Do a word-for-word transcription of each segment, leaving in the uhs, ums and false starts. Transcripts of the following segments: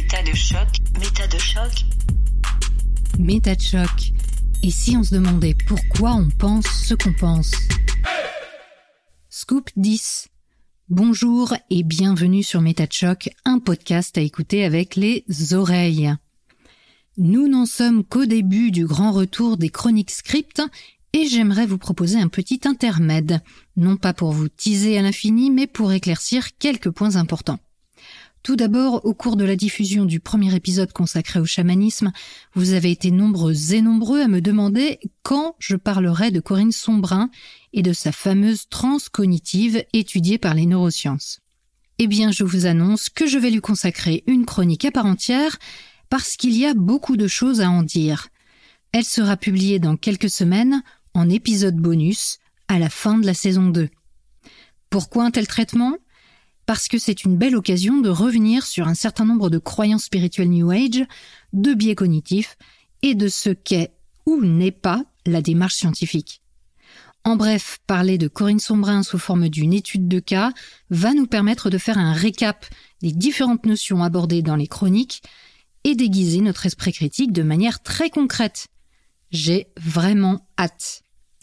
Méta de choc. Méta de choc. Méta de choc. Et si on se demandait pourquoi on pense ce qu'on pense ? Scoop dix. Bonjour et bienvenue sur Méta de choc, un podcast à écouter avec les oreilles. Nous n'en sommes qu'au début du grand retour des chroniques script et j'aimerais vous proposer un petit intermède, non pas pour vous teaser à l'infini, mais pour éclaircir quelques points importants. Tout d'abord, au cours de la diffusion du premier épisode consacré au chamanisme, vous avez été nombreux et nombreux à me demander quand je parlerai de Corinne Sombrin et de sa fameuse transe cognitive étudiée par les neurosciences. Eh bien, je vous annonce que je vais lui consacrer une chronique à part entière parce qu'il y a beaucoup de choses à en dire. Elle sera publiée dans quelques semaines en épisode bonus à la fin de la saison deux. Pourquoi un tel traitement ? Parce que c'est une belle occasion de revenir sur un certain nombre de croyances spirituelles New Age, de biais cognitifs et de ce qu'est ou n'est pas la démarche scientifique. En bref, parler de Corinne Sombrin sous forme d'une étude de cas va nous permettre de faire un récap des différentes notions abordées dans les chroniques et d'aiguiser notre esprit critique de manière très concrète. J'ai vraiment hâte.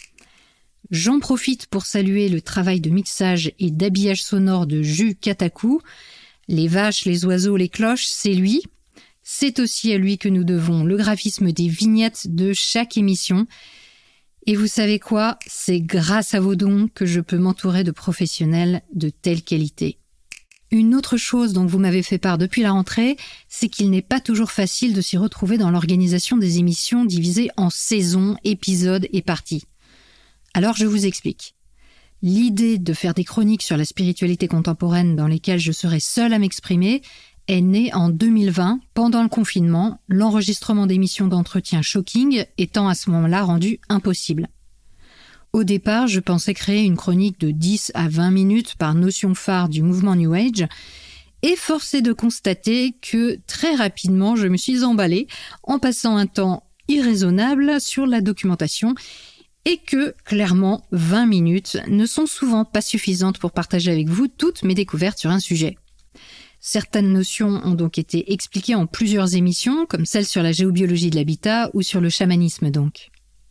J'en profite pour saluer le travail de mixage et d'habillage sonore de Jus Kataku. Les vaches, les oiseaux, les cloches, c'est lui. C'est aussi à lui que nous devons le graphisme des vignettes de chaque émission. Et vous savez quoi ? C'est grâce à vos dons que je peux m'entourer de professionnels de telle qualité. Une autre chose dont vous m'avez fait part depuis la rentrée, c'est qu'il n'est pas toujours facile de s'y retrouver dans l'organisation des émissions divisées en saisons, épisodes et parties. Alors je vous explique. L'idée de faire des chroniques sur la spiritualité contemporaine dans lesquelles je serai seule à m'exprimer est née en deux mille vingt, pendant le confinement, l'enregistrement d'émissions d'entretien shocking étant à ce moment-là rendu impossible. Au départ, je pensais créer une chronique de dix à vingt minutes par notion phare du mouvement New Age, et force est de constater que très rapidement je me suis emballée en passant un temps irraisonnable sur la documentation et que, clairement, vingt minutes ne sont souvent pas suffisantes pour partager avec vous toutes mes découvertes sur un sujet. Certaines notions ont donc été expliquées en plusieurs émissions, comme celle sur la géobiologie de l'habitat ou sur le chamanisme donc.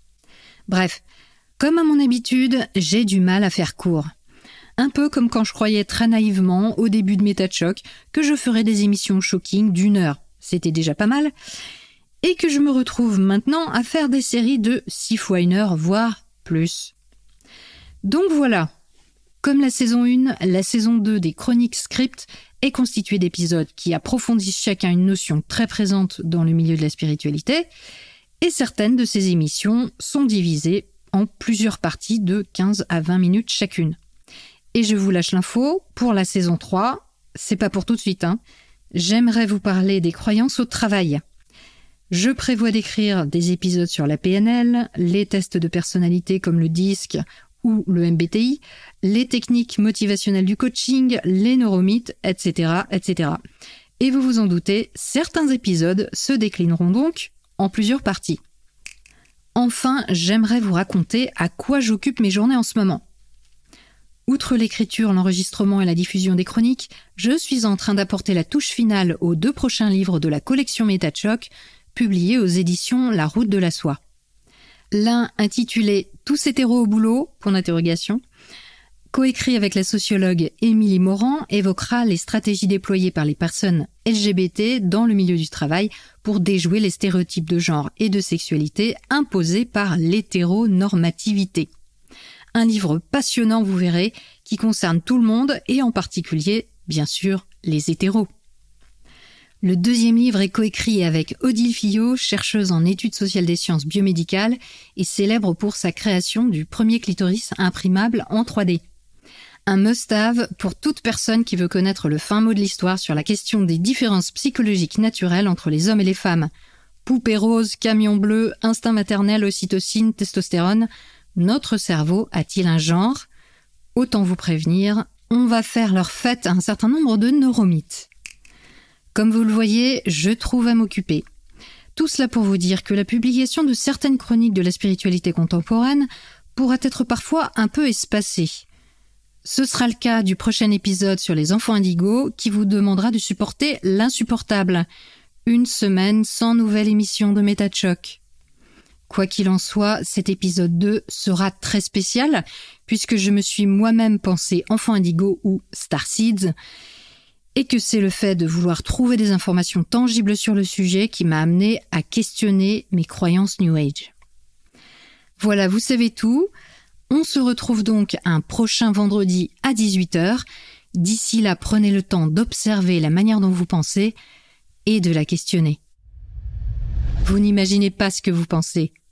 Bref, comme à mon habitude, j'ai du mal à faire court. Un peu comme quand je croyais très naïvement, au début de Méta de choc, que je ferais des émissions shocking d'une heure. C'était déjà pas mal. Et que je me retrouve maintenant à faire des séries de six fois une heure, voire plus. Donc voilà, comme la saison un, la saison deux des chroniques script est constituée d'épisodes qui approfondissent chacun une notion très présente dans le milieu de la spiritualité, et certaines de ces émissions sont divisées en plusieurs parties de quinze à vingt minutes chacune. Et je vous lâche l'info, pour la saison trois, c'est pas pour tout de suite, hein, j'aimerais vous parler des croyances au travail. Je prévois d'écrire des épisodes sur la P N L, les tests de personnalité comme le D I S C ou le M B T I, les techniques motivationnelles du coaching, les neuromythes, et cetera, et cetera. Et vous vous en doutez, certains épisodes se déclineront donc en plusieurs parties. Enfin, j'aimerais vous raconter à quoi j'occupe mes journées en ce moment. Outre l'écriture, l'enregistrement et la diffusion des chroniques, je suis en train d'apporter la touche finale aux deux prochains livres de la collection Méta de choc, publié aux éditions La Route de la Soie. L'un intitulé « Tous hétéros au boulot ?» point d'interrogation, coécrit avec la sociologue Émilie Morand, évoquera les stratégies déployées par les personnes L G B T dans le milieu du travail pour déjouer les stéréotypes de genre et de sexualité imposés par l'hétéronormativité. Un livre passionnant, vous verrez, qui concerne tout le monde et en particulier, bien sûr, les hétéros. Le deuxième livre est coécrit avec Odile Fillot, chercheuse en études sociales des sciences biomédicales et célèbre pour sa création du premier clitoris imprimable en trois D. Un must-have pour toute personne qui veut connaître le fin mot de l'histoire sur la question des différences psychologiques naturelles entre les hommes et les femmes. Poupée rose, camion bleu, instinct maternel, ocytocine, testostérone. Notre cerveau a-t-il un genre ? Autant vous prévenir, on va faire leur fête à un certain nombre de neuromythes. Comme vous le voyez, je trouve à m'occuper. Tout cela pour vous dire que la publication de certaines chroniques de la spiritualité contemporaine pourra être parfois un peu espacée. Ce sera le cas du prochain épisode sur les enfants indigos qui vous demandera de supporter l'insupportable. Une semaine sans nouvelle émission de Méta de Choc. Quoi qu'il en soit, cet épisode deux sera très spécial puisque je me suis moi-même pensé enfant indigo ou Starseeds et que c'est le fait de vouloir trouver des informations tangibles sur le sujet qui m'a amené à questionner mes croyances New Age. Voilà, vous savez tout. On se retrouve donc un prochain vendredi à dix-huit heures. D'ici là, prenez le temps d'observer la manière dont vous pensez et de la questionner. Vous n'imaginez pas ce que vous pensez.